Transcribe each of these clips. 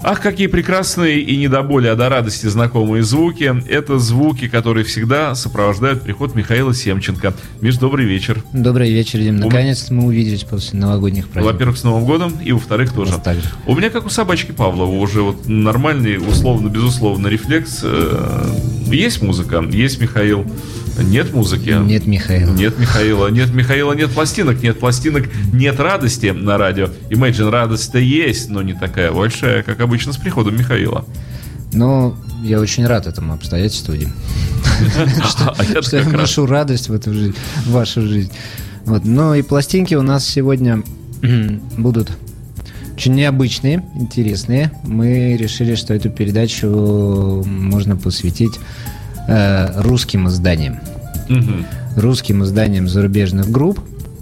Ах, какие прекрасные и не до боли, а до радости знакомые звуки. Это звуки, которые всегда сопровождают приход Михаила Семченко. Миш, добрый вечер. Добрый вечер, Дим. Наконец-то мы увиделись после новогодних праздников. Во-первых, с Новым годом, и во-вторых, тоже. У меня, как у собачки Павлова, уже вот нормальный, условно, безусловно, рефлекс. Есть музыка, есть Михаил. Нет музыки. Нет Михаила. Нет Михаила. Нет Михаила, нет пластинок. Нет пластинок, нет радости на радио. Imagine, радость-то есть, но не такая большая, как обычно с приходом Михаила. Ну, я очень рад этому обстоятельству, Дим. Что я вношу радость в эту жизнь, в вашу жизнь. Ну и пластинки у нас сегодня будут очень необычные, интересные. Мы решили, что эту передачу можно посвятить русским изданиям. Русским изданиям зарубежных групп,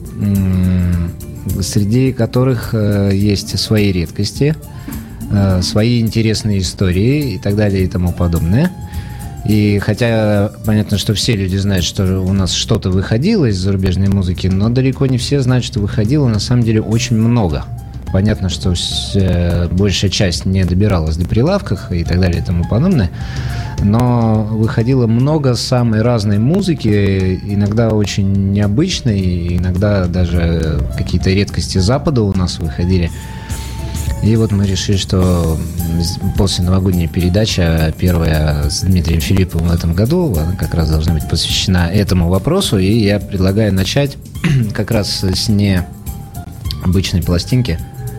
среди которых есть свои редкости, свои интересные истории и так далее и тому подобное. И хотя понятно, что все люди знают, что у нас что-то выходило из зарубежной музыки, но далеко не все знают, что выходило на самом деле очень много. Понятно, что большая часть не добиралась до прилавков и так далее и тому подобное, но выходило много самой разной музыки, иногда очень необычной, иногда даже какие-то редкости Запада у нас выходили. И вот мы решили, что после новогодней передачи, первая с Дмитрием Филипповым в этом году, она как раз должна быть посвящена этому вопросу, и я предлагаю начать как раз с необычной пластинки.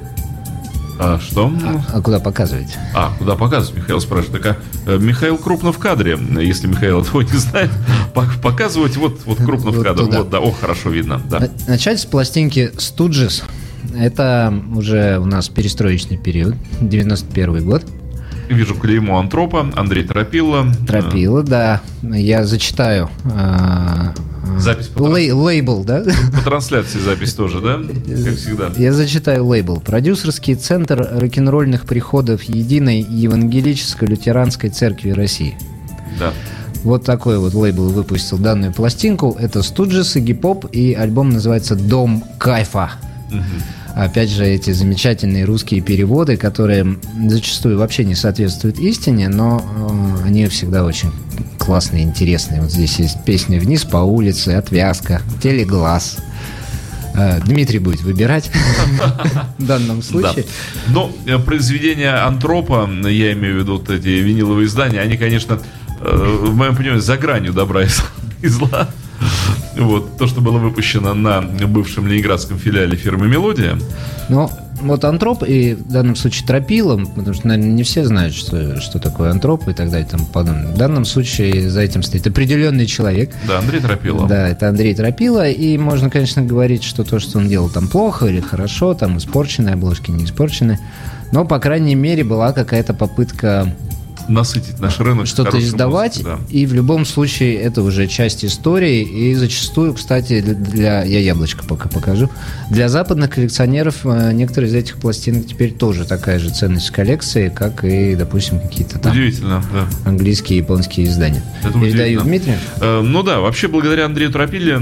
А что? А куда показывать? Куда показывать? Михаил спрашивает. Так, Михаил крупно в кадре. Если Михаил этого не знает, показывать вот крупно в кадре. Вот, да, хорошо видно. Да. Начать с пластинки Stooges. Это уже у нас перестроечный период, 91 год. Вижу клеймо Антропа, Андрей Тропило. Тропило, да. Я зачитаю запись лейбл, да? По трансляции запись тоже, да? Как всегда. Я зачитаю лейбл. Продюсерский центр рок-н-ролльных приходов Единой Евангелической Лютеранской Церкви России. Да. Вот такой вот лейбл выпустил данную пластинку. Это Stooges, Iggy Pop, и альбом называется «Дом кайфа». Опять же, эти замечательные русские переводы, которые зачастую вообще не соответствуют истине, но они всегда очень классные, интересные. Вот здесь есть песня «Вниз по улице», «Отвязка», «Телеглаз». Дмитрий будет выбирать в данном случае. Но произведения Антропа, я имею в виду вот эти виниловые издания, они, конечно, в моем понимании, за гранью добра и зла. Вот, то, что было выпущено на бывшем ленинградском филиале фирмы «Мелодия». Ну, вот Антроп и в данном случае Тропило, потому что, наверное, не все знают, что такое Антроп и так далее и тому подобное. В данном случае за этим стоит определенный человек. Да, Андрей Тропило. Да, это Андрей Тропило, и можно, конечно, говорить, что то, что он делал там плохо или хорошо, там испорченные обложки, не испорченные, но, по крайней мере, была какая-то попытка насытить наш рынок, что-то издавать, музыкой, да. И в любом случае это уже часть истории, и зачастую, кстати, я яблочко пока покажу, для западных коллекционеров некоторые из этих пластинок теперь тоже такая же ценность коллекции, как и, допустим, какие-то там английские и японские издания. Передаю Дмитрию. Ну да, вообще благодаря Андрею Тропиле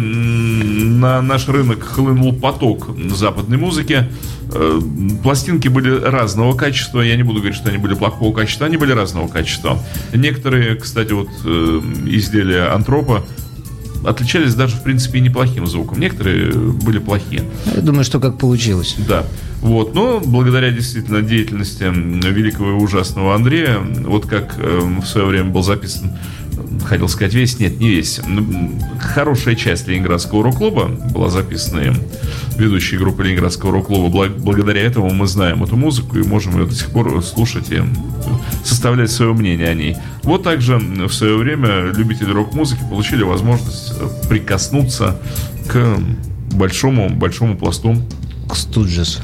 на наш рынок хлынул поток западной музыки. Пластинки были разного качества. Я не буду говорить, что они были плохого качества. Они были разного качества. Некоторые, кстати, вот изделия Антропа отличались даже, в принципе, и неплохим звуком. Некоторые были плохие. Я думаю, что как получилось. Да. Вот. Но благодаря действительно деятельности великого и ужасного Андрея, вот как в свое время был записан, хотел сказать весь, нет, не весь, хорошая часть Ленинградского рок-клуба была записана им, ведущей группы Ленинградского рок-клуба. Благодаря этому мы знаем эту музыку и можем ее до сих пор слушать и составлять свое мнение о ней. Вот также в свое время любители рок-музыки получили возможность прикоснуться к большому пласту. К Студжесу.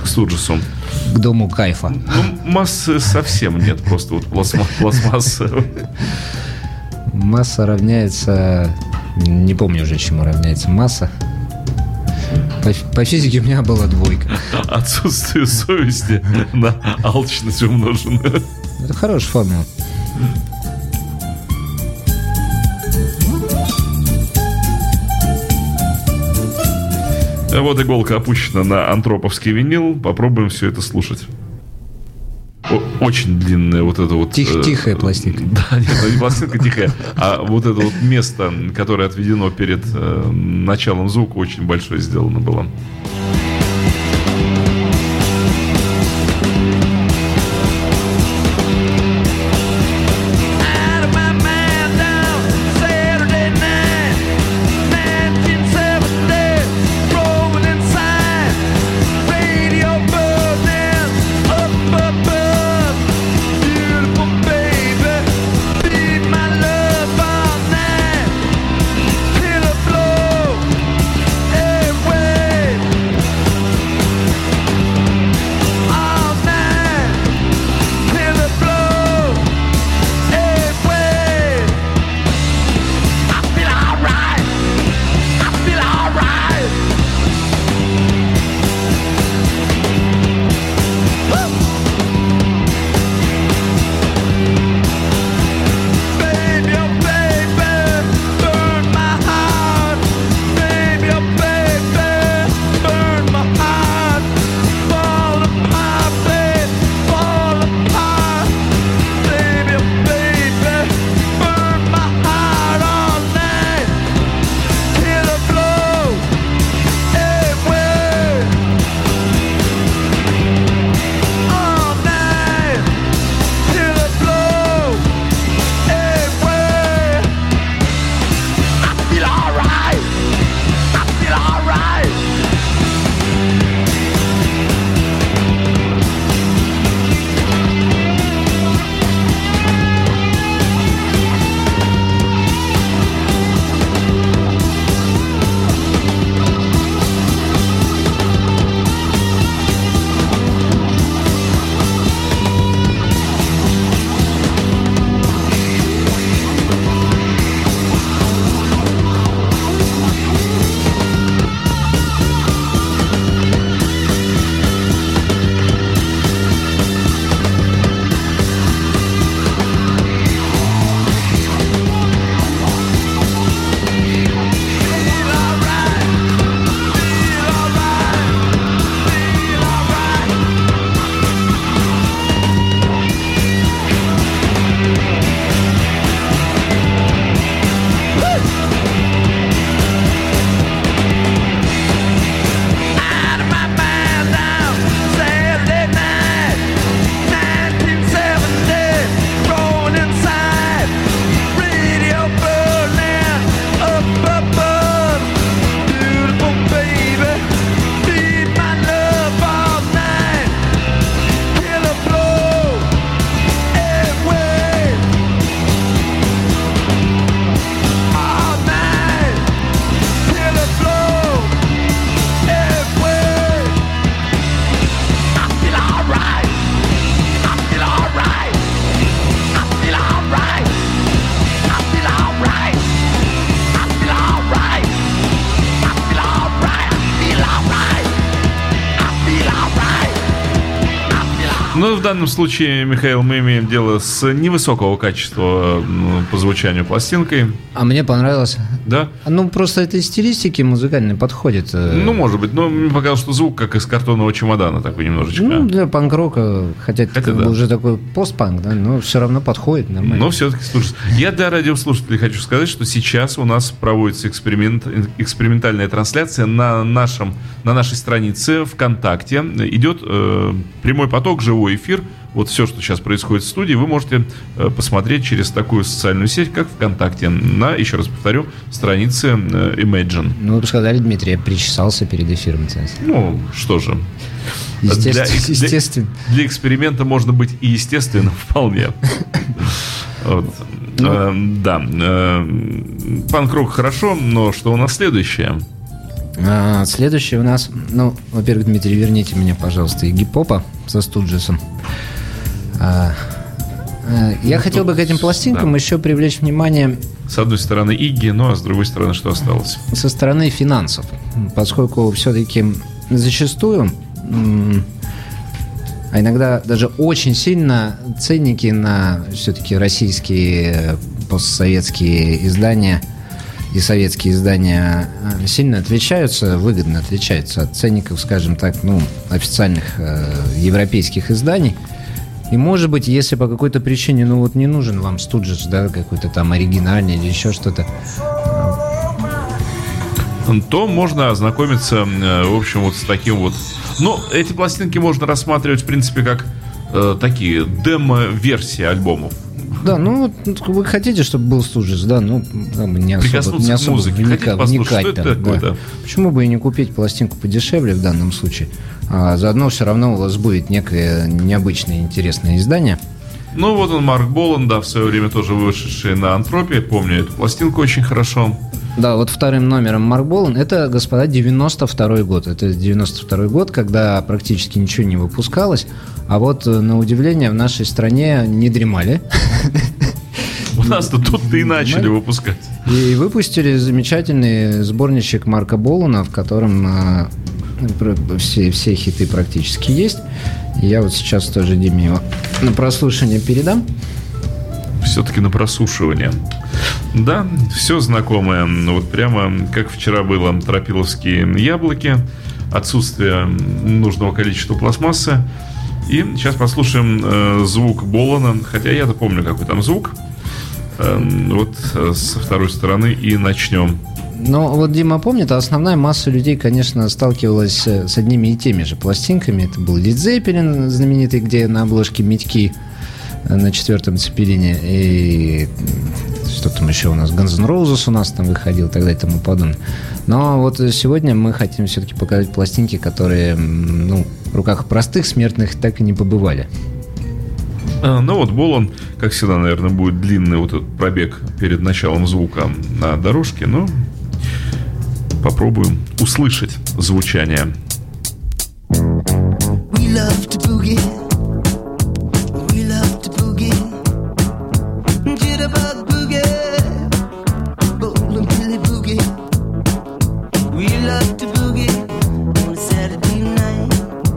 К Дому кайфа. Ну, массы совсем нет, просто вот пластмасса. Масса равняется... Не помню уже, чему равняется масса. По физике у меня была 2. Отсутствие совести на алчность умноженную. Это хорошая формула. Вот иголка опущена на антроповский винил. Попробуем все это слушать. Очень длинная вот эта вот... Тихая пластинка. Да, нет, не пластинка тихая, а вот это вот место, которое отведено перед началом звука, очень большое сделано было. Ну, в данном случае, Михаил, мы имеем дело с невысокого качества по звучанию пластинкой. А мне понравилось. Да? Ну, просто этой стилистике музыкальной подходит. Ну, может быть. Но мне показалось, что звук как из картонного чемодана такой немножечко. Ну, для панк-рока, хотя это да. уже такой постпанк, да, но все равно подходит нормально. Но все-таки, слушай, я для радиослушателей хочу сказать, что сейчас у нас проводится экспериментальная трансляция на нашей странице ВКонтакте. Идет прямой поток, живой эфир. Вот все, что сейчас происходит в студии, вы можете посмотреть через такую социальную сеть, как ВКонтакте, на, еще раз повторю, странице Imagine. Ну, вы бы сказали, Дмитрий, я причесался перед эфиром. Ну, что же. Естественно. Для эксперимента можно быть и естественным вполне. Да. Панк-рок хорошо, но что у нас следующее? Следующее у нас, ну, во-первых, Дмитрий, верните меня, пожалуйста, Игги-попа со Студжесом. Я хотел бы к этим пластинкам еще привлечь внимание. С одной стороны Игги, ну а с другой стороны что осталось? Со стороны финансов, поскольку все-таки зачастую, а иногда даже очень сильно ценники на все-таки российские постсоветские издания и советские издания сильно отличаются, выгодно отличаются от ценников, скажем так, ну, официальных европейских изданий. И, может быть, если по какой-то причине, не нужен вам Студжес, да, какой-то там оригинальный или еще что-то, то можно ознакомиться, в общем, вот с таким вот... Эти пластинки можно рассматривать, в принципе, как такие демо-версии альбомов. Да, вы хотите, чтобы был Студжес, да, не особо к музыке, вникать что это такое, да. Почему бы и не купить пластинку подешевле в данном случае? А заодно все равно у вас будет некое необычное, интересное издание. Вот он, Марк Болан, да, в свое время тоже вышедший на Антропе. Помню эту пластинку очень хорошо. Да, вот вторым номером Марк Болан. Это, господа, 92-й год. Это 92-й год, когда практически ничего не выпускалось. А вот, на удивление, в нашей стране не дремали. У нас-то тут-то и начали выпускать. И выпустили замечательный сборничек Марка Болана, в котором все хиты практически есть. И я вот сейчас тоже Диме его на прослушивание передам. Все-таки на прослушивание. Да, все знакомое. Вот прямо как вчера было. Тропиловские яблоки, отсутствие нужного количества пластмассы. И сейчас послушаем звук Болана. Хотя я-то помню, какой там звук. Вот со второй стороны и начнем. Вот Дима помнит, а основная масса людей, конечно, сталкивалась с одними и теми же пластинками. Это был Лид Зеппелин знаменитый, где на обложке медьки на 4-м Цепелине. И что там еще у нас? Guns N' Roses у нас там выходил и так далее и тому подобное. Но вот сегодня мы хотим все-таки показать пластинки, которые в руках простых смертных так и не побывали. Болан, как всегда, наверное, будет длинный вот этот пробег перед началом звука на дорожке, но попробуем услышать звучание. We love to boogie. We love to boogie. Jitterbug boogie. Bowling Billy boogie. We love to boogie on a Saturday night.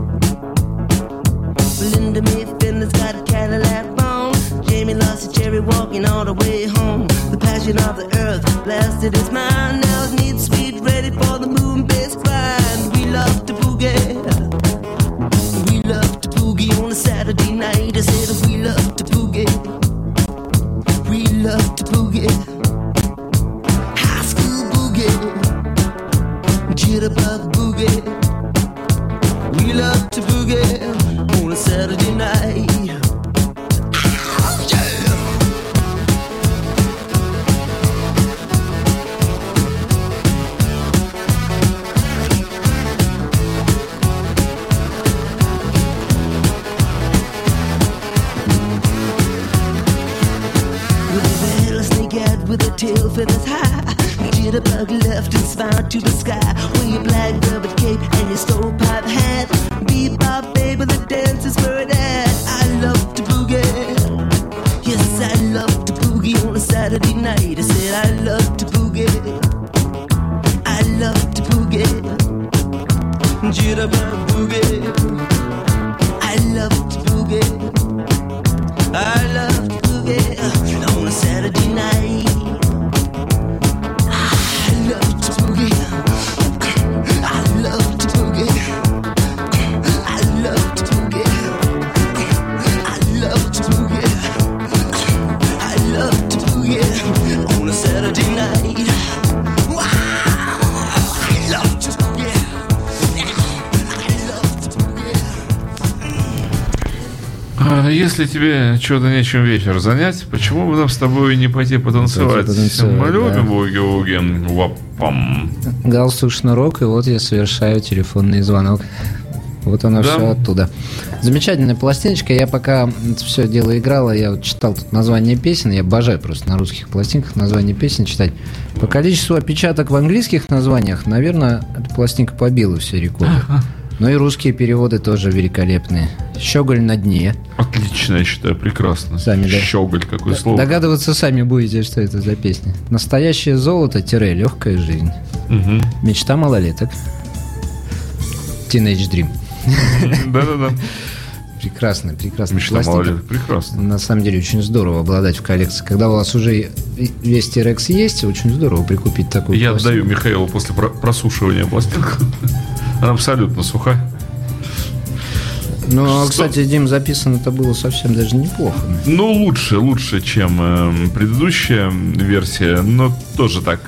Linda Mayfinder's got a Cadillac bone. Jamie lost a cherry walking all the way home. The passion of the earth blasted his mind. Now his meat sweet ready for the moon base grind. We love to boogie. We love to boogie on a Saturday night. I said we love to boogie. We love to boogie. High school boogie. Jitterbug boogie. We love to boogie on a Saturday night. With a tail feathers high, Jitterbug left and smiled to the sky. Wear your black velvet cape and your stovepipe hat. Bebop baby, the dances were that. I love to boogie. Yes, I love to boogie on a Saturday night. I said I love to boogie. I love to boogie. Jitterbug boogie. I love to boogie. I love to boogie on a Saturday night. Если тебе что-то нечем вечер занять, почему бы нам с тобой не пойти потанцевать? Мы любим буги-вуги. Галстук, шнурок, и вот я совершаю телефонный звонок. Вот оно все оттуда. Замечательная пластиночка. Я пока это все дело играло, я вот читал тут название песен. Я обожаю просто на русских пластинках название песен читать. По количеству опечаток в английских названиях, наверное, эта пластинка побила все рекорды. Но и русские переводы тоже великолепные. «Щеголь на дне». Отлично, я считаю, прекрасно. Сами, да. «Щеголь», какое слово. Догадываться сами будете, что это за песня. «Настоящее золото, легкая жизнь». Угу. «Мечта малолеток». «Teenage Dream». Да-да-да. Прекрасно. «Мечта малолеток», прекрасно. На самом деле, очень здорово обладать в коллекции. Когда у вас уже весь T-Rex есть, очень здорово прикупить такую Я пластинку. отдаю Михаилу после просушивания пластинку. Она абсолютно суха. Ну, кстати, Дим, записано это было совсем даже неплохо. Ну, лучше, чем предыдущая версия, но тоже так,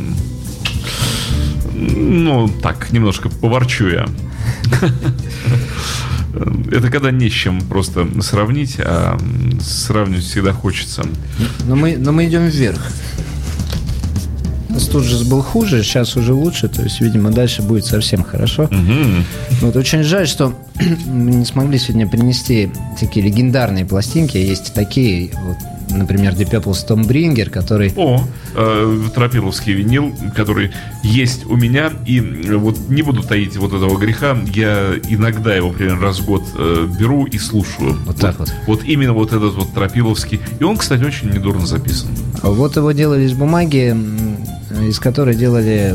ну, так, немножко поворчу я. Это когда не с чем просто сравнить, а сравнивать всегда хочется. Но мы идем вверх. Студжес был хуже, сейчас уже лучше. То есть, видимо, дальше будет совсем хорошо. Вот очень жаль, что мы не смогли сегодня принести такие легендарные пластинки. Есть такие, вот, например, Deep Purple Stormbringer, который... Тропиловский винил, который есть у меня. И вот не буду таить вот этого греха. Я иногда его примерно раз в год беру и слушаю. Вот так вот. Вот именно вот этот вот Тропиловский. И он, кстати, очень недурно записан. Вот его делали из бумаги, из которой делали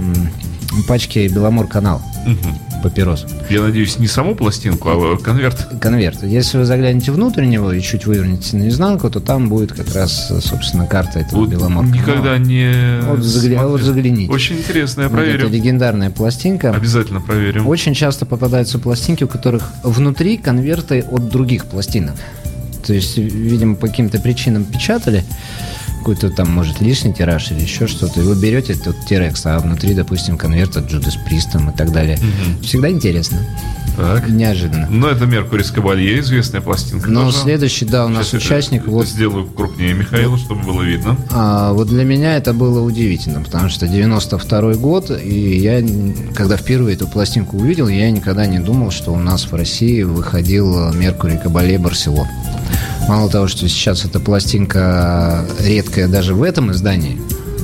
пачки Беломор Канал. Папирос. Я надеюсь, не саму пластинку, а конверт. Конверт. Если вы заглянете внутрь него и чуть вывернете наизнанку, то там будет как раз, собственно, карта этого вот Беломор Канала. Никогда не вот загляните. Очень интересно, я вот проверю. Это легендарная пластинка. Обязательно проверим. Очень часто попадаются пластинки, у которых внутри конверты от других пластинок. То есть, видимо, по каким-то причинам печатали какой-то там, может, лишний тираж или еще что-то, и вы берете этот T-Rex, а внутри, допустим, конверт от Judas Priest и так далее. Всегда интересно. Так. Неожиданно. Но это Меркурис Кабалье, известная пластинка. Но тоже. Следующий, да, у нас сейчас участник. Это вот, сделаю крупнее Михаила, чтобы было видно. Вот для меня это было удивительно, потому что 92-й год, и я, когда впервые эту пластинку увидел, я никогда не думал, что у нас в России выходил Меркурий Кабалье Барсело. Мало того, что сейчас эта пластинка редкая даже в этом издании,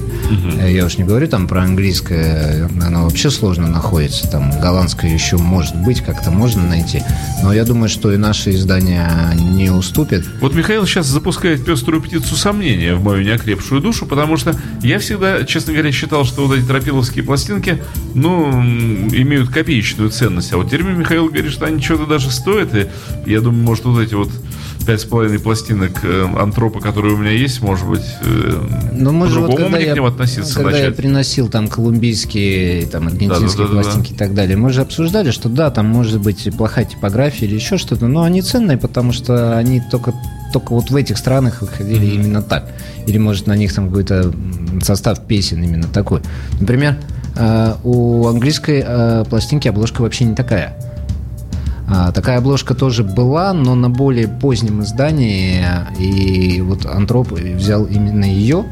я уж не говорю там про английское, она вообще сложно находится, там голландское еще может быть, как-то можно найти, но я думаю, что и наши издания не уступят. Вот Михаил сейчас запускает пеструю птицу сомнения в мою неокрепшую душу, потому что я всегда, честно говоря, считал, что вот эти тропиловские пластинки, ну, имеют копеечную ценность, а вот теперь Михаил говорит, что они что-то даже стоят, и я думаю, может, вот эти вот 5,5 пластинок Антропа, которые у меня есть, может быть, по-другому мне к ним относиться когда начать. Я приносил там колумбийские, там аргентинские пластинки и так далее, мы же обсуждали, что да, там может быть плохая типография или еще что-то, но они ценные, потому что они только вот в этих странах выходили именно так. Или, может, на них там какой-то состав песен именно такой. Например, у английской пластинки обложка вообще не такая. Такая обложка тоже была, но на более позднем издании, и вот Антроп взял именно ее,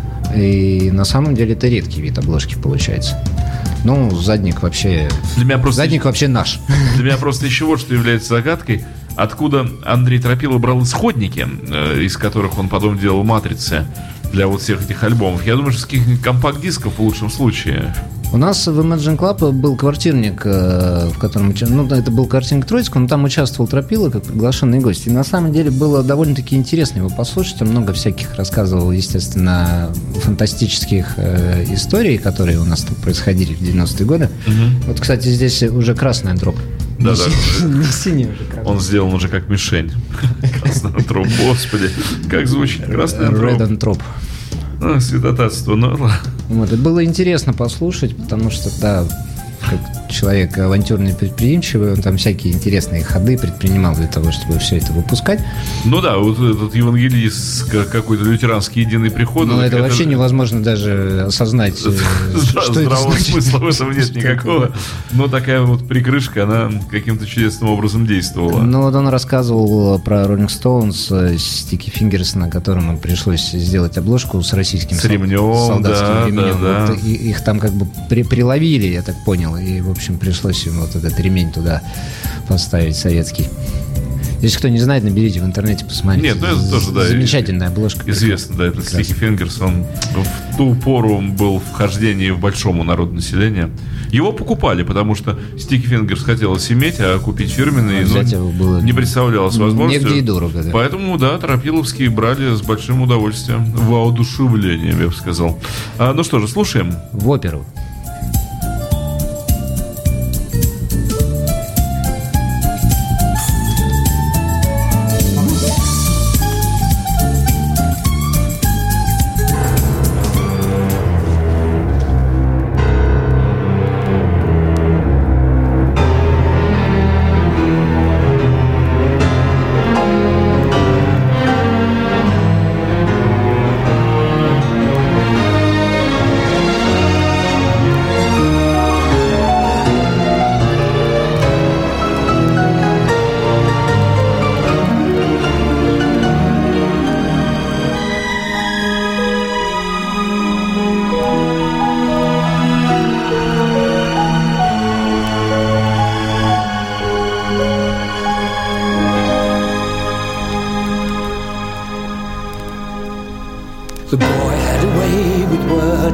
и на самом деле это редкий вид обложки получается. Ну, задник вообще... Задник вообще наш. Для меня просто еще вот что является загадкой. Откуда Андрей Тропилов брал исходники, из которых он потом делал матрицы для вот всех этих альбомов? Я думаю, что с каких-нибудь компакт-дисков в лучшем случае. У нас в Imagine Club был квартирник, в котором... Ну, это был квартирник Троицкого, но там участвовал Тропила как приглашенный гость. И на самом деле было довольно-таки интересно его послушать. Он много всяких рассказывал, естественно, фантастических историй, которые у нас там происходили в 90-е годы. Вот, кстати, здесь уже красный Антроп. Да. Не синий уже красный. Он сделан уже как мишень. Красный Антроп, господи. Как звучит красный Антроп. Red Антроп. Святотатство, но... Вот, и было интересно послушать, потому что, да, как человек авантюрный, предприимчивый, он там всякие интересные ходы предпринимал для того, чтобы все это выпускать. Ну да, вот этот евангелист, какой-то лютеранский единый приход. Ну, это вообще невозможно даже осознать, что здравого смысла в этом нет никакого. Но такая вот прикрышка, она каким-то чудесным образом действовала. Ну, вот он рассказывал про Rolling Stones, Sticky Fingers, на котором им пришлось сделать обложку с российским солдатским ремнем. Да. Вот их там как бы приловили, я так понял, и, в общем, пришлось им вот этот ремень туда поставить советский. Если кто не знает, наберите в интернете, посмотрите. Нет, ну это тоже, да. Замечательная обложка. Известно, да, это Sticky Fingers. Он в ту пору был в хождении в большому народу населения. Его покупали, потому что Sticky Fingers хотелось иметь, а купить фирменный не представлялось возможностью. Негде и дорого, да. Поэтому, да, Тропиловские брали с большим удовольствием. Воодушевлением, я бы сказал. Ну что же, слушаем. В оперу.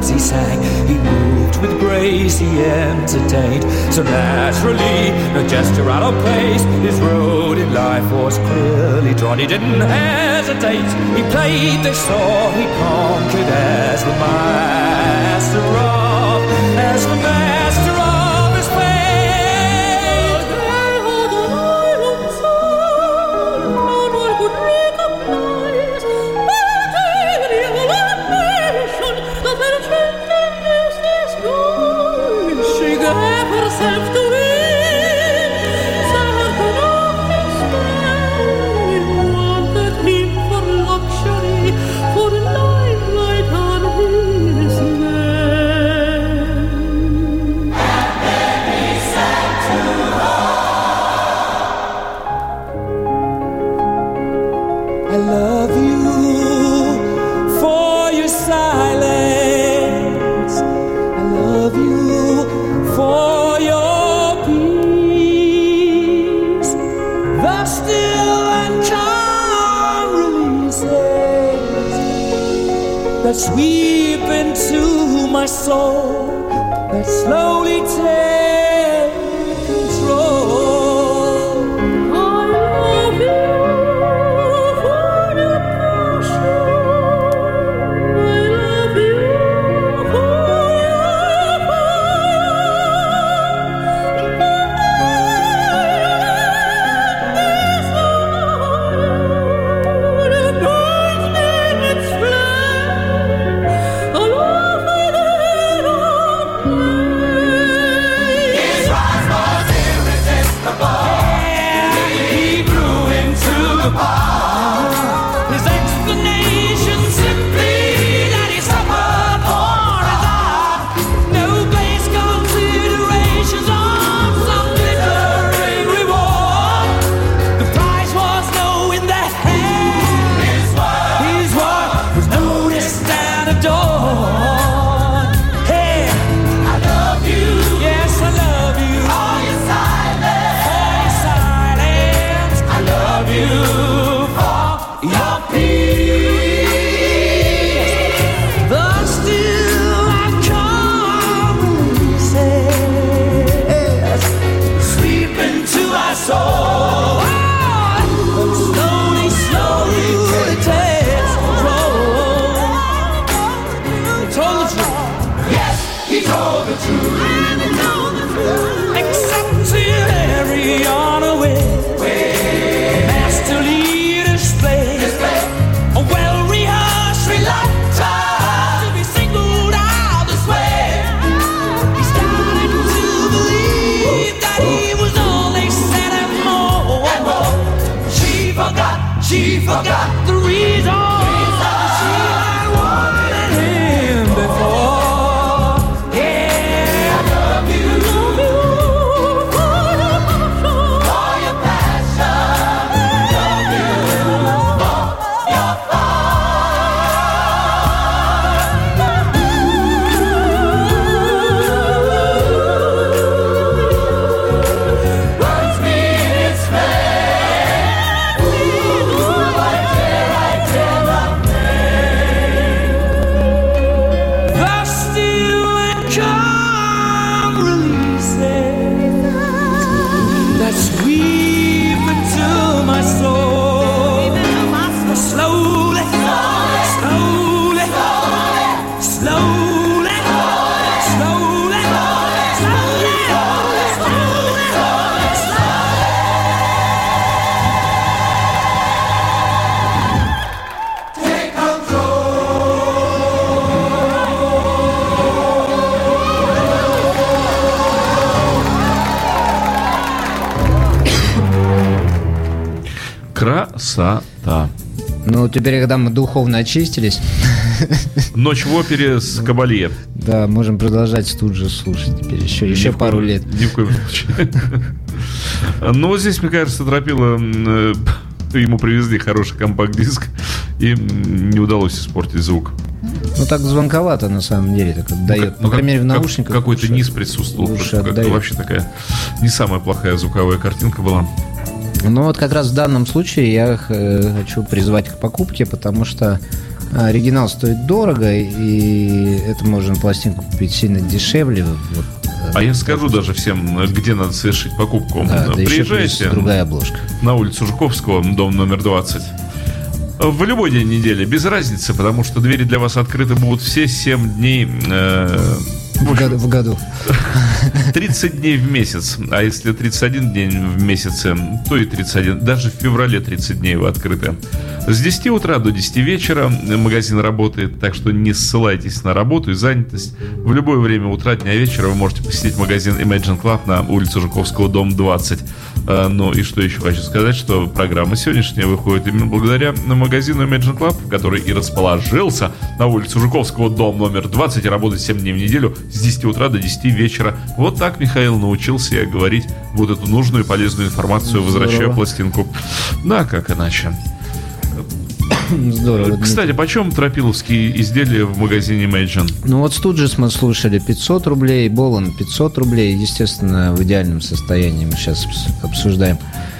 words he sang. He moved with grace, he entertained so naturally, no gesture out of place. His road in life was clearly drawn. He didn't hesitate. He played the song. He conquered as the master of his fate. No one could recognize the tenderness this girl. She gave herself to him, certain of his fame. Wanted him for luxury, for the limelight on his name. And then he said to her, I love you for your silence. I love you for your peace. The still and calm releases that sweep into my soul, that slowly take control. I love you for your passion. I love you for your fire. This fire burns me in its flame. I love it on his rise was irresistible. He grew into the bar. His explanation simply that he suffered for his art. No base considerations on some glittering reward. The prize was knowing that his word was noticed and adored. Hey, I love you. Yes, I love you. For your silence. I love you for your peace. The still and calm releases sweep into my soul. And slowly, slowly it takes control. He told the truth. Yes, he told the truth. Accepted every honor with masterly display. A well-rehearsed reluctance to be singled out this way. He started to believe that he was all they said and more. She forgot the reason she had wanted him before. Yeah, I love you for your passion. Love you for your fire. Burns me in its flame. Right there the flame. The still and calm releases that sweep into my soul. Slowly, slowly, slowly, slowly, take Красота. Ну, теперь, когда мы духовно очистились, Ночь в опере с Кабалье. да, можем продолжать тут же слушать теперь еще пару лет. Ни в коем случае. Но вот здесь, мне кажется, Тропила, ему привезли хороший компакт-диск, и не удалось испортить звук. Ну, так звонковато, на самом деле, так отдает. По крайней мере, в наушниках. Какой-то низ присутствовал. Как-то вообще такая не самая плохая звуковая картинка была. Ну, вот как раз в данном случае я хочу призвать к покупке, потому что Оригинал стоит дорого, и это можно пластинку купить сильно дешевле. Вот, а я скажу даже всем, где надо совершить покупку. Да, приезжайте другая обложка. На улицу Жуковского, дом номер 20. В любой день недели, без разницы, потому что двери для вас открыты будут все 7 дней в году. 30 дней в месяц. А если 31 день в месяце, то и 31. Даже в феврале 30 дней вы открыты. С 10 утра до 10 вечера магазин работает, так что не ссылайтесь на работу и занятость. В любое время утра, дня, вечера вы можете посетить магазин Imagine Club на улице Жуковского, дом 20. Ну и что еще хочу сказать, что программа сегодняшняя выходит именно благодаря магазину Imagine Club, который и расположился на улице Жуковского, дом номер 20, и работает 7 дней в неделю с 10 утра до 10 вечера. Вот так, Михаил, научился я говорить вот эту нужную и полезную информацию, возвращая пластинку. Да, как иначе. Здорово. Кстати, почем тропиловские изделия в магазине Imagine? Ну вот Студжес мы слушали 500 рублей, Болан 500 рублей. Естественно, в идеальном состоянии мы сейчас обсуждаем.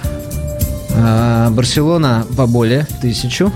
Барселона поболее, 1000.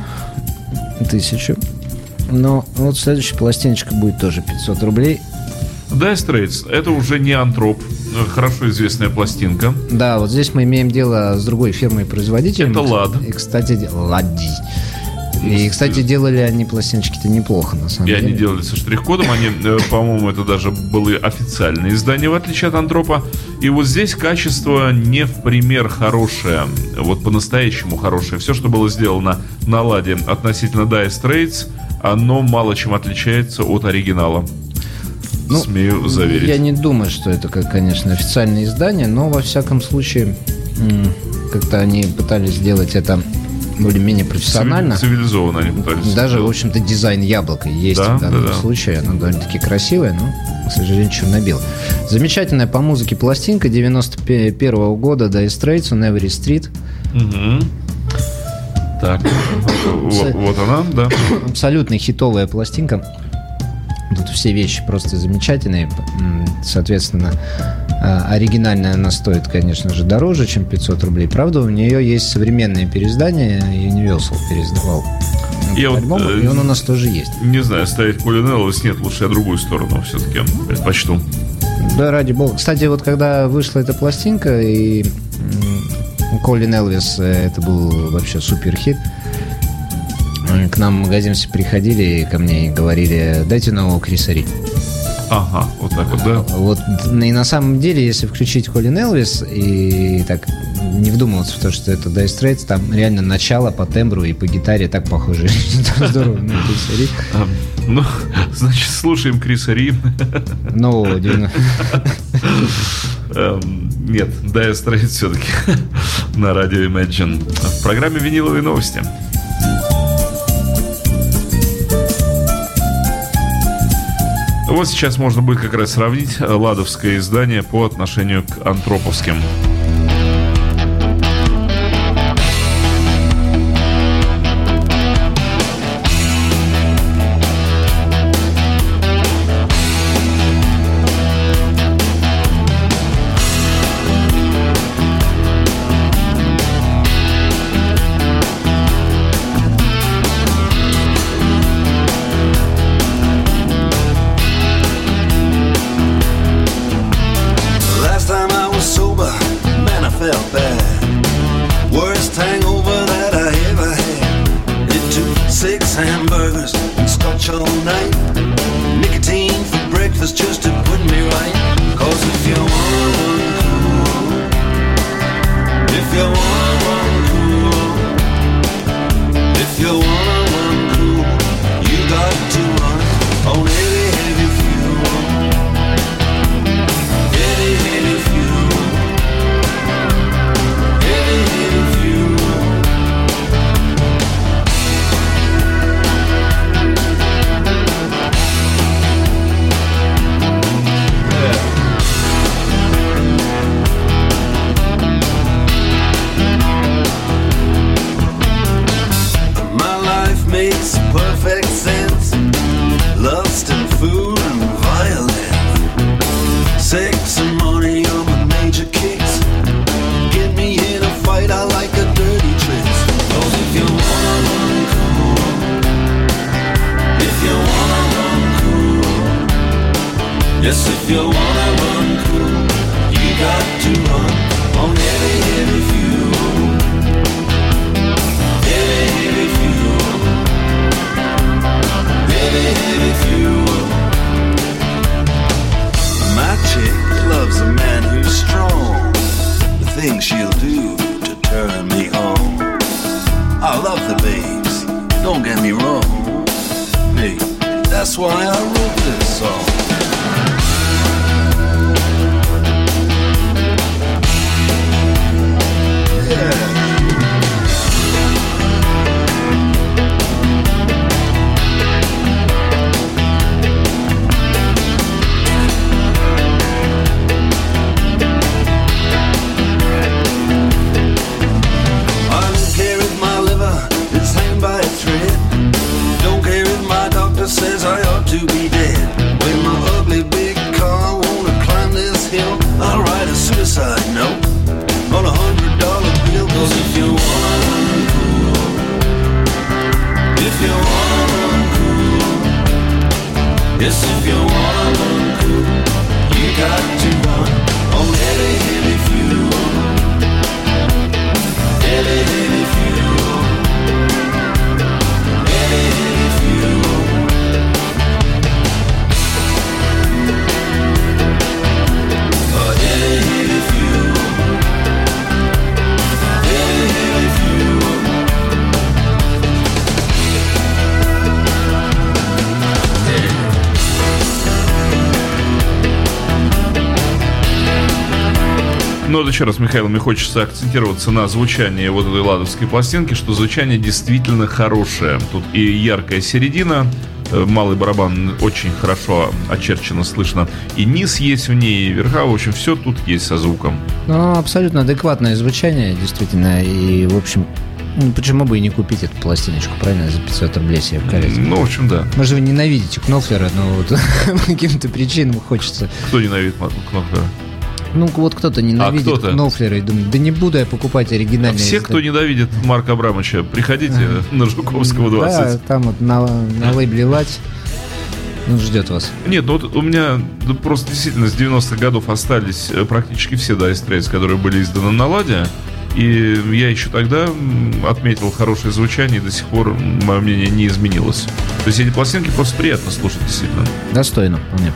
Но вот следующая пластиночка будет тоже 500 рублей. Dire Straits, это уже не Антроп, хорошо известная пластинка. Да, вот здесь мы имеем дело с другой фирмой-производителем. Это Лад. И, кстати, Ладди. И, кстати, делали они пластиночки-то неплохо, на самом деле. И они делали со штрих-кодом. Они, по-моему, это даже были официальные издания, в отличие от Антропа. И вот здесь качество не в пример хорошее. Вот по-настоящему хорошее. Все, что было сделано на Ладе относительно Dire Straits, оно мало чем отличается от оригинала. Ну, смею заверить. Я не думаю, что это, конечно, официальное издание, но, во всяком случае, как-то они пытались сделать это более-менее профессионально. Цивилизованно они пытались. Даже, сделать. В общем-то, дизайн яблока есть в данном случае. Оно довольно-таки красивое, но, к сожалению, черно-белое. Замечательная по музыке пластинка 91-го года Dire Straits on Every Street. Угу. Так, вот она, да. Абсолютно хитовая пластинка. Тут все вещи просто замечательные. Соответственно, оригинальная она стоит, конечно же, дороже, чем 500 рублей. Правда, у нее есть современное переиздание. Universal переиздавал альбом, и он у нас тоже есть. Не знаю, ставить Колин Элвис нет, лучше я другую сторону все-таки предпочту. Да, ради бога. Кстати, вот когда вышла эта пластинка, и Колин Элвис, это был вообще супер хит. К нам в магазин все приходили ко мне и говорили: дайте нового Криса Ри. Ага, вот так вот, да. Вот, и на самом деле, если включить Колин Элвис и так не вдумываться в то, что это Dire Straits, там реально начало по тембру и по гитаре так похоже. Здорово, ну, Криса Ри. Ну, значит, слушаем Криса Ри. Нового 90. Нет, Dire Straits все-таки на радио Imagine. В программе «Виниловые новости». Вот сейчас можно будет как раз сравнить ладовское издание по отношению к антроповским. Yes, if you wanna run cool, you got to run on heavy, heavy fuel. Heavy, heavy fuel. Heavy, heavy fuel. My chick loves a man who's strong. The things she'll do to turn me on. I love the babes, don't get me wrong. Hey, that's why I wrote this song. Says I ought to be dead. With my ugly big car, wanna climb this hill. I'll write a suicide note on $100 bill. Cause if you wanna run cool, if you wanna run cool, yes, if you wanna run cool, you got to run on heavy, heavy fuel. Heavy, heavy fuel. Heavy, heavy fuel. Но вот еще раз, Михаил, мне хочется акцентироваться на звучании вот этой ладовской пластинки, что звучание действительно хорошее. Тут и яркая середина, малый барабан очень хорошо очерчено слышно, и низ есть в ней, и верха, в общем, все тут есть со звуком. Ну, абсолютно адекватное звучание, действительно, и, в общем, почему бы и не купить эту пластиночку, правильно, за 500 рублей себе в коллекцию? Ну, в общем, да. Может, вы ненавидите Кнофлера, но вот по каким-то причинам хочется... Кто ненавидит Кнофлера? Ну, вот кто-то ненавидит Кнофлера и думает, да не буду я покупать оригинальные. Все, кто ненавидит Марка Абрамовича, приходите на Жуковского 20. Да, там вот на лейбле «Лать» он ждет вас. Нет, ну вот у меня просто действительно с 90-х годов остались практически все Dire Straits, которые были изданы на «Ладе». И я еще тогда отметил хорошее звучание, и до сих пор мое мнение не изменилось. То есть эти пластинки просто приятно слушать, действительно. Достойно, вполне.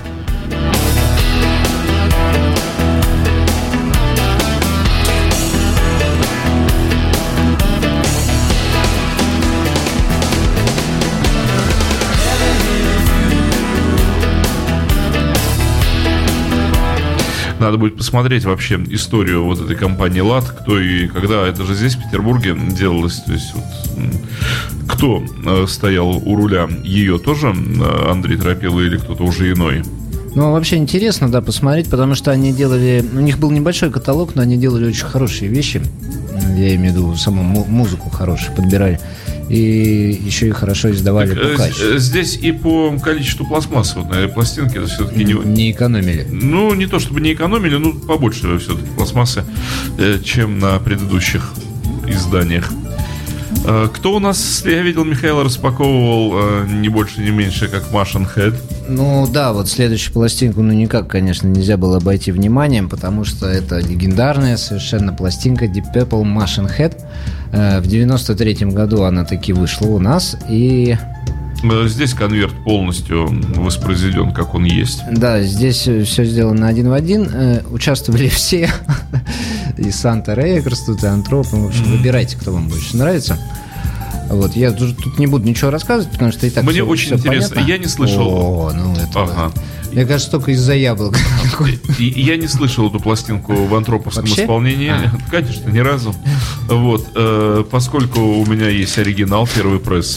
Надо будет посмотреть вообще историю вот этой компании «Лад», кто и когда. Это же здесь, в Петербурге, делалось. То есть вот, кто стоял у руля ее тоже, Андрей Торопило или кто-то уже иной? Ну, вообще интересно, да, посмотреть, потому что они делали... У них был небольшой каталог, но они делали очень хорошие вещи. Я имею в виду саму музыку хорошую подбирали. И еще и хорошо издавали по качеству. Здесь и по количеству пластмассы вот на этой пластинке это все-таки не экономили. Ну, не то чтобы не экономили, но побольше все-таки пластмассы, чем на предыдущих изданиях. Кто у нас, я видел, Михаил распаковывал не больше, не меньше, как Machine Head. Ну да, вот следующую пластинку, никак, конечно, нельзя было обойти вниманием, потому что это легендарная совершенно пластинка Deep Purple Machine Head. В 93-м году она таки вышла у нас, и... Здесь конверт полностью воспроизведен, как он есть. Да, здесь все сделано один в один. Участвовали все. И Санта Рейкерс, тут и Антроп. В общем, выбирайте, кто вам больше нравится. Вот, я тут не буду ничего рассказывать, потому что и так мне все, очень все интересно. Понятно. Я не слышал. Это мне кажется, только из-за яблок. Я не слышал эту пластинку в антроповском исполнении. Конечно, ни разу. Вот, поскольку у меня есть оригинал, первый пресс.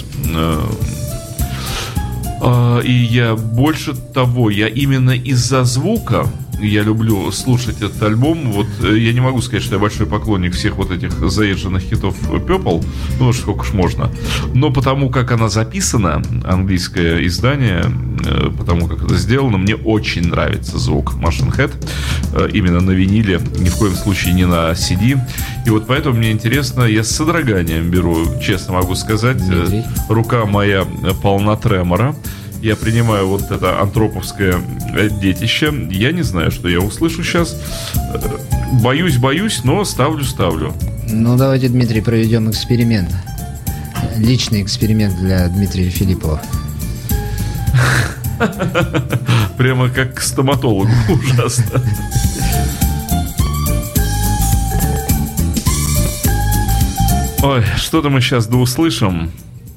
И я больше того, я именно из-за звука я люблю слушать этот альбом. Вот я не могу сказать, что я большой поклонник всех вот этих заезженных хитов Purple, ну сколько ж можно. Но потому как она записана, английское издание, потому как это сделано, мне очень нравится звук Machine Head, именно на виниле, ни в коем случае не на CD. И вот поэтому мне интересно, я с содроганием беру, честно могу сказать, рука моя полна тремора. я принимаю вот это антроповское детище. Я не знаю, что я услышу сейчас. Боюсь, но ставлю. Ну, давайте, Дмитрий, проведем эксперимент. Личный эксперимент для Дмитрия Филиппова. Прямо как к стоматологу. Ужасно. Ой, что-то мы сейчас услышим.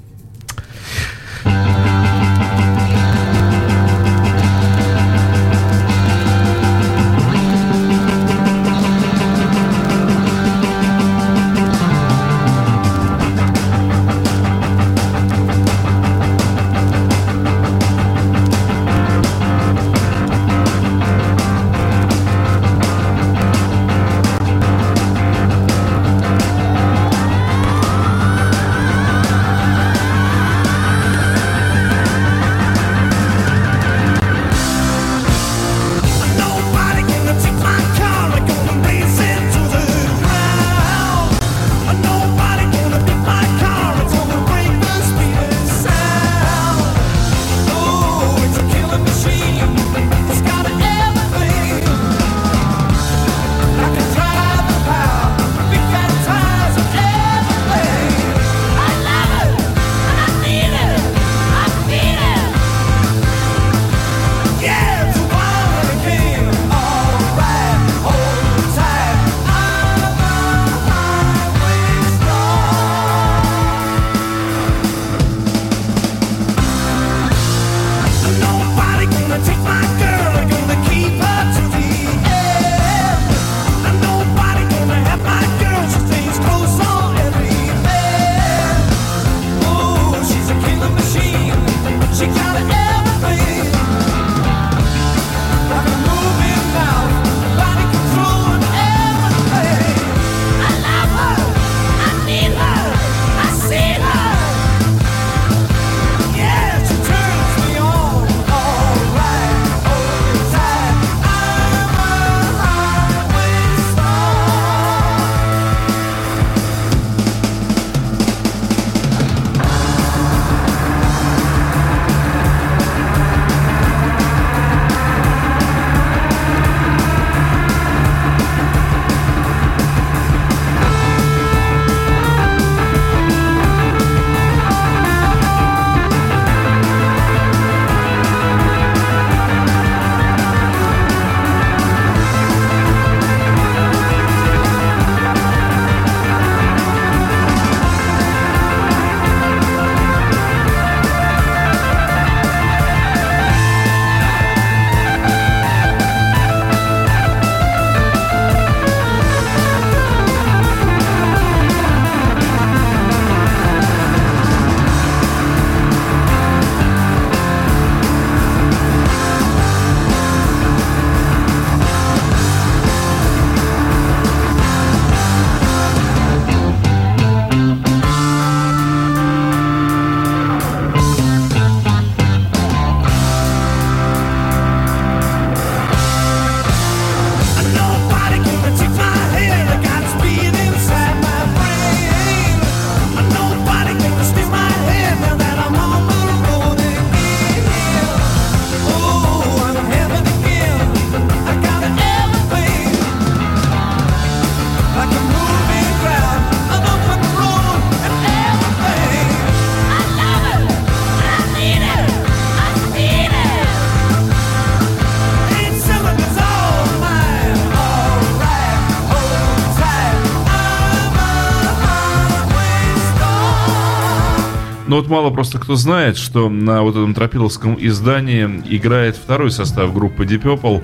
Но вот мало просто кто знает, что на вот этом тропиловском издании играет второй состав группы Deep Purple.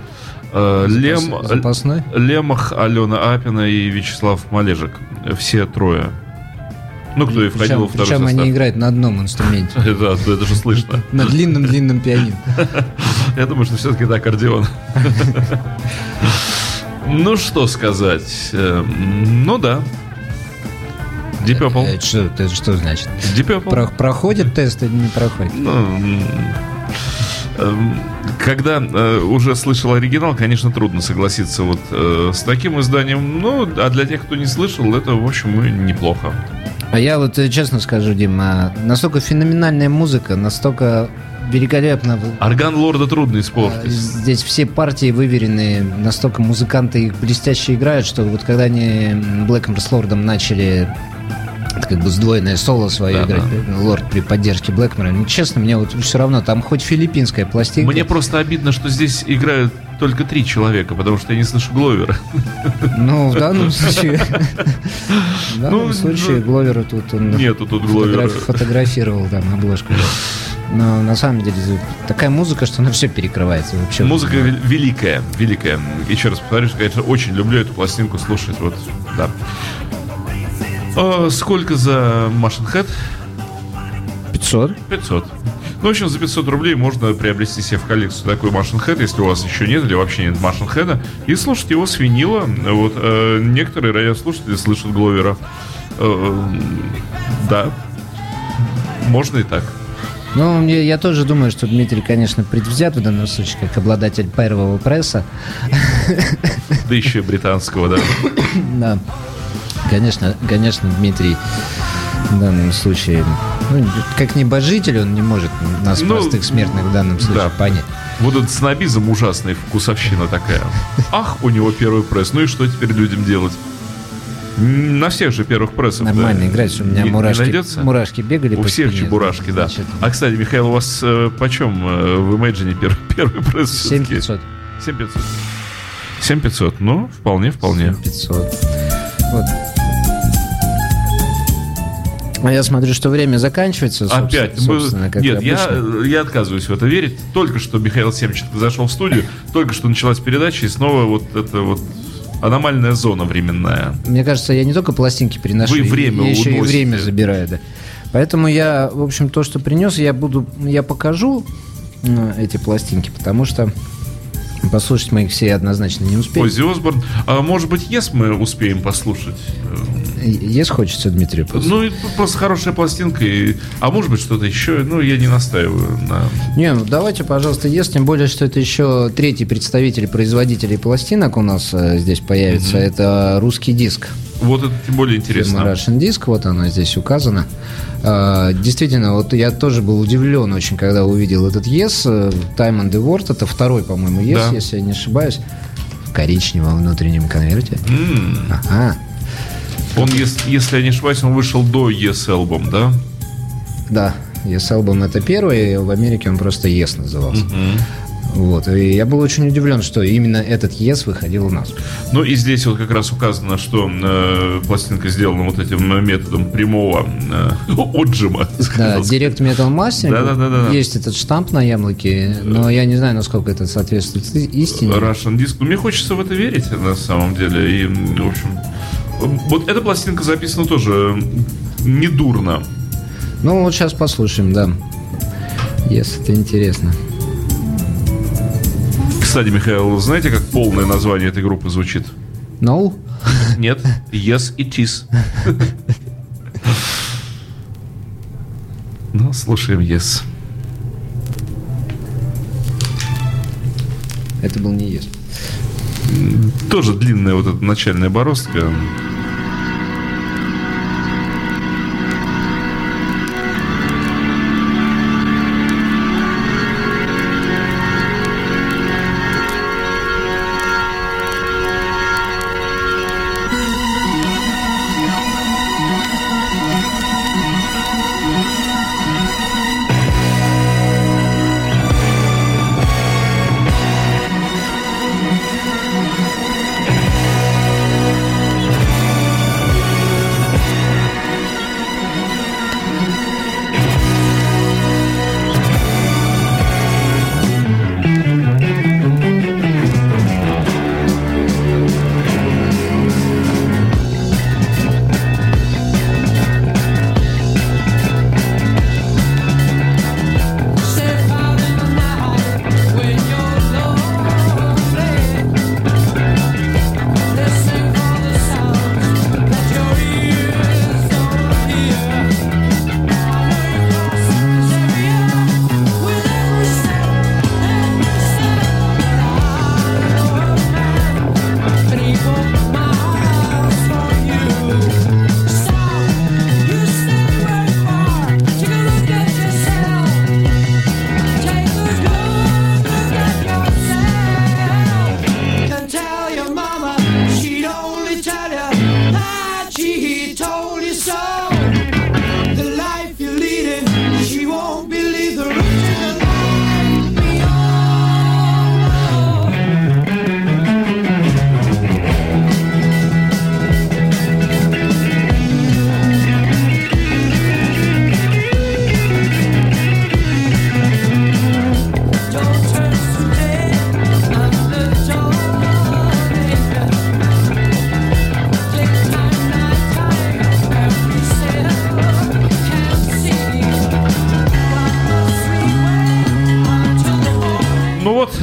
Запасной? Лемах, Алена Апина и Вячеслав Малежик. Все трое. Ну, кто и входил во второй состав. Причем они играют на одном инструменте. Это же слышно. На длинном-длинном пианино. Я думаю, что все-таки это аккордеон. Ну, что сказать. Ну, да. Deep Purple. Это что значит? Deep Purple. Проходит тест или не проходит? Когда уже слышал оригинал, конечно, трудно согласиться вот с таким изданием. Ну, а для тех, кто не слышал, это, в общем, и неплохо. А я вот честно скажу, Дима, настолько феноменальная музыка, настолько великолепно. Орган лорда трудно испортить. Здесь все партии выверены, настолько музыканты их блестяще играют, что вот когда они Блэкмор с Лордом начали как бы сдвоенное соло свое играть, Лорд при поддержке Блэкмора, ну, честно, мне вот все равно, там хоть филиппинская пластинка. Мне просто обидно, что здесь играют только 3 человека, потому что я не слышу Гловера. Ну, в данном случае... В данном случае Гловера тут... Нету тут Гловера. Фотографировал там обложку. Но на самом деле такая музыка, что она все перекрывается. Вообще. Музыка великая, великая. Еще раз повторюсь, конечно, очень люблю эту пластинку слушать. Вот, да. Сколько за Machine Head? 500. 500. Ну, в общем, за 500 рублей можно приобрести себе в коллекцию такой Machine Head, если у вас еще нет или вообще нет Machine Head, и слушать его с винила. Вот, некоторые радиослушатели слышат Гловера. Да, можно и так. Ну, я тоже думаю, что Дмитрий, конечно, предвзят в данном случае, как обладатель первого пресса. Да еще и британского, да. Да. Конечно, Дмитрий в данном случае, ну, как небожитель, он не может нас, простых смертных, в данном случае понять. Вот этот снобизм ужасный, вкусовщина такая. Ах, у него первый пресс. Ну и что теперь людям делать? На всех же первых прессах. Нормально играть, что у меня мурашки бегали. У всех чебурашки, да. А, кстати, Михаил, у вас почем в Imagine первый пресс? 7500. 7500. 7500, ну, вполне. 7500. Вот. А я смотрю, что время заканчивается. Опять? Нет, я отказываюсь в это верить. Только что Михаил Семченко зашел в студию, только что началась передача, и снова вот это вот аномальная зона временная. Мне кажется, я не только пластинки приношу, Вы время я еще уносите. и время забираю, да. Поэтому я, в общем, то, что принес, я покажу эти пластинки, потому что послушать мы их все однозначно не успеем. Оззи Осборн. А может быть, Yes мы успеем послушать? Yes хочется, Дмитрий, послушать. Ну, просто хорошая пластинка. А может быть, что-то еще. Ну, я не настаиваю на... Не, ну давайте, пожалуйста, Yes. Тем более, что это еще третий представитель производителей пластинок у нас здесь появится. Это русский диск. Вот это тем более интересно. Russian Disc, вот оно здесь указано. Действительно, вот я тоже был удивлен очень, когда увидел этот Yes. Time and the World, это второй, по-моему, Yes, если я не ошибаюсь. В коричневом внутреннем конверте. Ага. Он, если я не ошибаюсь, он вышел до Yes Album, да? Да, Yes Album это первый, в Америке он просто Yes назывался. Вот. И я был очень удивлен, что именно этот Yes выходил у нас. Ну и здесь вот как раз указано, что пластинка сделана вот этим методом прямого отжима. Да, Direct Metal Mastering. Да. Есть этот штамп на яблоке, но я не знаю, насколько это соответствует истине. Russian Disc. Мне хочется в это верить на самом деле. И, в общем, вот эта пластинка записана тоже недурно. Ну вот сейчас послушаем, да. Yes, это интересно. Кстати, Михаил, знаете, как полное название этой группы звучит? No? Нет, Yes It Is. Ну, слушаем Yes. Это был не Yes. Тоже длинная вот эта начальная бороздка.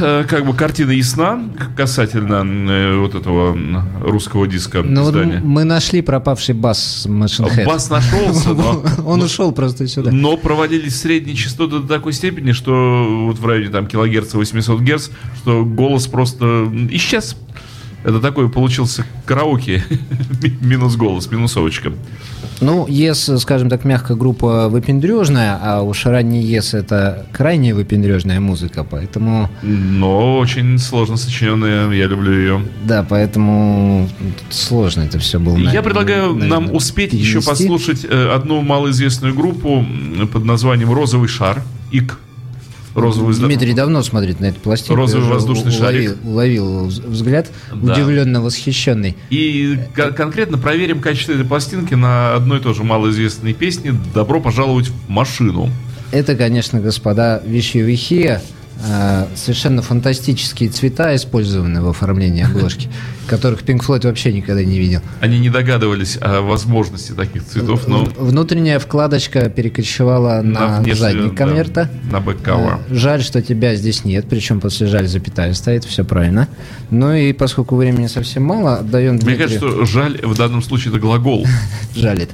как бы картина ясна касательно вот этого русского диска Ну, вот издания. мы нашли пропавший бас Machine Head. Бас нашелся, но... Он ушел просто сюда. Но проводились средние частоты до такой степени, что вот в районе там килогерца 800 герц, что голос просто исчез. Это такой получился караоке. Минус голос, минусовочка. Ну, Yes, скажем так, мягко, группа выпендрежная, а уж ранний Yes — это крайне выпендрежная музыка, поэтому... Но очень сложно сочиненная, я люблю ее. Да, поэтому сложно это все было. Я предлагаю нам успеть еще послушать одну малоизвестную группу под названием «Розовый шар». ИК. Дмитрий давно смотрит на эту пластинку. Розовый воздушный шарик. Уловил взгляд, Да. удивленно восхищенный. И конкретно проверим качество этой пластинки на одной и той же малоизвестной песне «Добро пожаловать в машину». Это, конечно, господа, вещевихи. Совершенно фантастические цвета использованы в оформлении обложки, которых Pink Floyd вообще никогда не видел. Они не догадывались о возможности таких цветов, но... Внутренняя вкладочка перекочевала на внешнюю, задник конверта. Да, на бэк-кавер. Жаль, что тебя здесь нет, причем после жаль запятая стоит, все правильно. Ну и поскольку времени совсем мало, отдаем Дмитрию... Мне кажется, что жаль в данном случае это глагол. Жалит.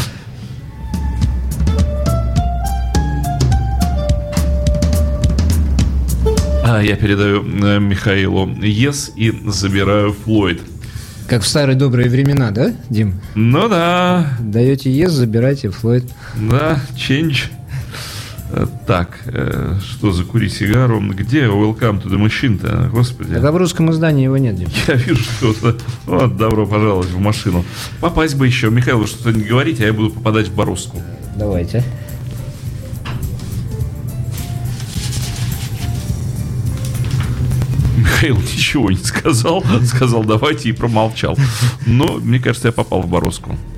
Я передаю Михаилу Yes и забираю Флойд. Как в старые добрые времена, да, Дим? Ну да, Даете Yes, забирайте Флойд. да, change. Так, что за кури сигару? Где Welcome to the Machine-то? Господи. Так, а в русском издании его нет, Дим. Я вижу что-то. Вот, добро пожаловать в машину. Попасть бы еще. Михаил, вы что-то не говорите, а я буду попадать в Боруску. Давайте. Михаил ничего не сказал. Сказал давайте и промолчал. Но мне кажется, я попал в Боруску.